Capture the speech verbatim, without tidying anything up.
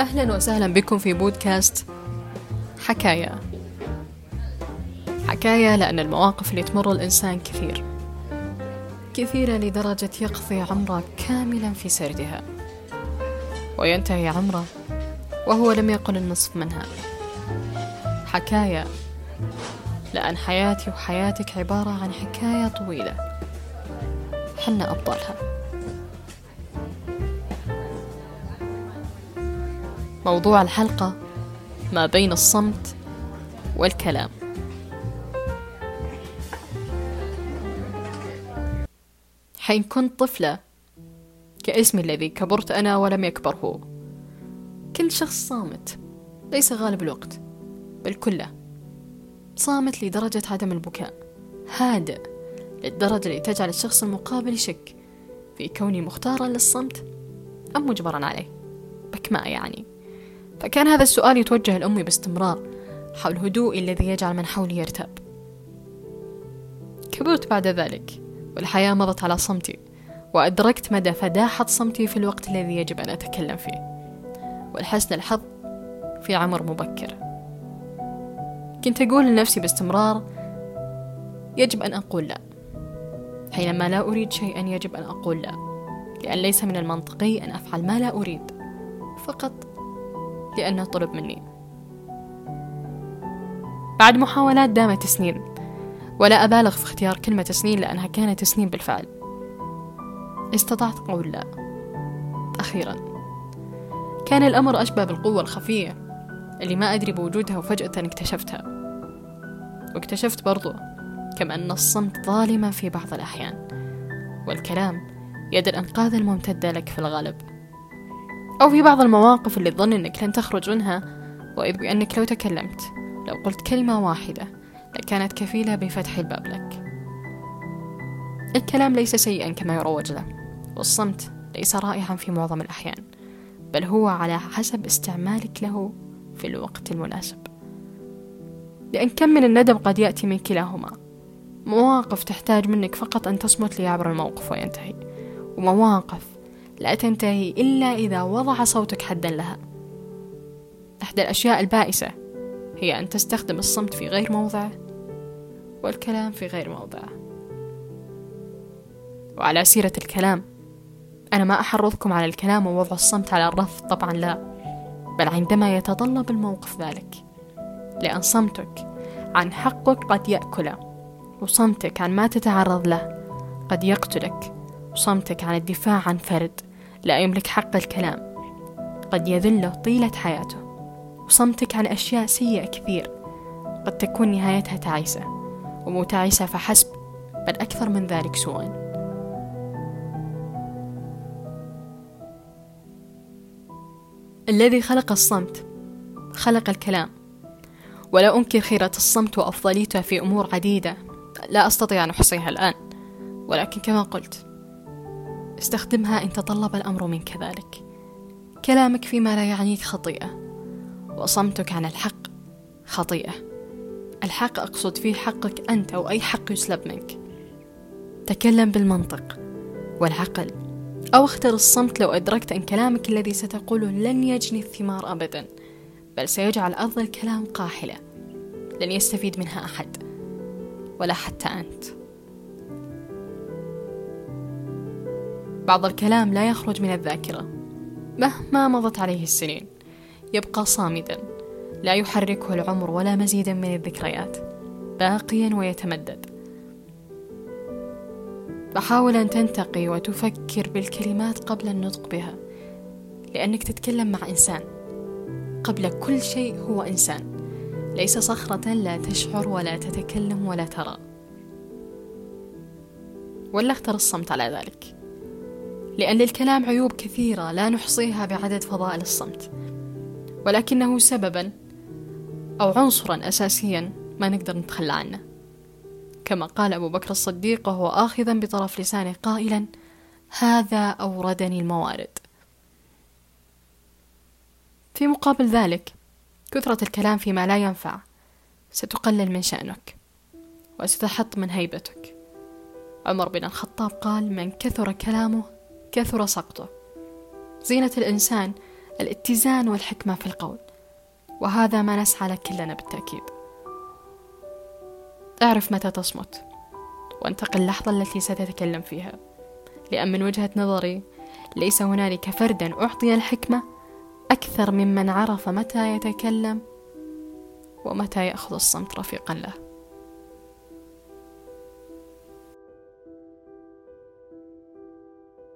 أهلا وسهلا بكم في بودكاست حكاية. حكاية لأن المواقف اللي تمر الإنسان كثير كثيرة لدرجة يقضي عمره كاملا في سردها، وينتهي عمره وهو لم يقل النصف منها. حكاية لأن حياتي وحياتك عبارة عن حكاية طويلة حنا أبطالها. موضوع الحلقة ما بين الصمت والكلام. حين كنت طفلة كاسمي الذي كبرت أنا ولم يكبر هو، كل شخص صامت، ليس غالب الوقت بل كله صامت لدرجة عدم البكاء، هادئ للدرجة اللي تجعل الشخص المقابل يشك في كوني مختارا للصمت أم مجبرا عليه. بكماء يعني. فكان هذا السؤال يتوجه لأمي باستمرار حول هدوئي الذي يجعل من حولي يرتاب. كبرت بعد ذلك والحياة مضت على صمتي، وأدركت مدى فداحة صمتي في الوقت الذي يجب أن أتكلم فيه، والحسن الحظ في عمر مبكر. كنت أقول لنفسي باستمرار يجب أن أقول لا، حينما لا أريد شيئا يجب أن أقول لا، لأن ليس من المنطقي أن أفعل ما لا أريد فقط لأنه طلب مني. بعد محاولات دامت سنين، ولا أبالغ في اختيار كلمة سنين لأنها كانت سنين بالفعل، استطعت قول لا أخيرا. كان الأمر أشبه بالقوة الخفية اللي ما أدري بوجودها وفجأة اكتشفتها. واكتشفت برضو كما أن الصمت ظالما في بعض الأحيان، والكلام يد الإنقاذ الممتدة لك في الغالب، أو في بعض المواقف اللي تظن أنك لن تخرج منها، وإذ بأنك لو تكلمت لو قلت كلمة واحدة لكانت كفيلة بفتح الباب لك. الكلام ليس سيئا كما يروج له، والصمت ليس رائعا في معظم الأحيان، بل هو على حسب استعمالك له في الوقت المناسب. لأن كم من الندم قد يأتي من كلاهما. مواقف تحتاج منك فقط أن تصمت ليعبر الموقف وينتهي، ومواقف لا تنتهي إلا إذا وضع صوتك حدا لها. إحدى الأشياء البائسة هي أن تستخدم الصمت في غير موضعه والكلام في غير موضعه. وعلى سيرة الكلام، أنا ما أحرضكم على الكلام ووضع الصمت على الرف، طبعا لا، بل عندما يتطلب الموقف ذلك، لأن صمتك عن حقك قد يأكله، وصمتك عن ما تتعرض له قد يقتلك، وصمتك عن الدفاع عن فرد لا يملك حق الكلام قد يذله طيلة حياته، وصمتك عن أشياء سيئة كثير قد تكون نهايتها تعيسة، ومو تعيسة فحسب بل أكثر من ذلك سوءا. الذي خلق الصمت خلق الكلام، ولا أنكر خيرة الصمت وأفضليته في أمور عديدة لا أستطيع أن أحصيها الآن، ولكن كما قلت استخدمها إن تطلب الأمر منك ذلك. كلامك فيما لا يعنيك خطيئة، وصمتك عن الحق خطيئة. الحق أقصد فيه حقك أنت أو أي حق يسلب منك. تكلم بالمنطق والعقل، أو اختر الصمت لو أدركت أن كلامك الذي ستقوله لن يجني الثمار أبدا، بل سيجعل أرض الكلام قاحلة لن يستفيد منها أحد ولا حتى أنت. بعض الكلام لا يخرج من الذاكرة مهما مضت عليه السنين، يبقى صامدا لا يحركه العمر ولا مزيدا من الذكريات، باقيا ويتمدد. فحاول أن تنتقي وتفكر بالكلمات قبل النطق بها، لأنك تتكلم مع إنسان قبل كل شيء هو إنسان، ليس صخرة لا تشعر ولا تتكلم ولا ترى. ولا اختر الصمت على ذلك، لأن للكلام عيوب كثيرة لا نحصيها بعدد فضائل الصمت، ولكنه سببا أو عنصرا أساسيا ما نقدر نتخلى عنه، كما قال أبو بكر الصديق وهو آخذا بطرف لسانه قائلا: هذا أوردني الموارد. في مقابل ذلك كثرة الكلام فيما لا ينفع ستقلل من شأنك وستحط من هيبتك. عمر بن الخطاب قال: من كثر كلامه كثر سقطه. زينة الإنسان الاتزان والحكمة في القول، وهذا ما نسعى له كلنا بالتأكيد. اعرف متى تصمت، وانتقل اللحظة التي ستتكلم فيها، لأن من وجهة نظري ليس هنالك فردا أعطي الحكمة أكثر ممن عرف متى يتكلم ومتى يأخذ الصمت رفيقا له.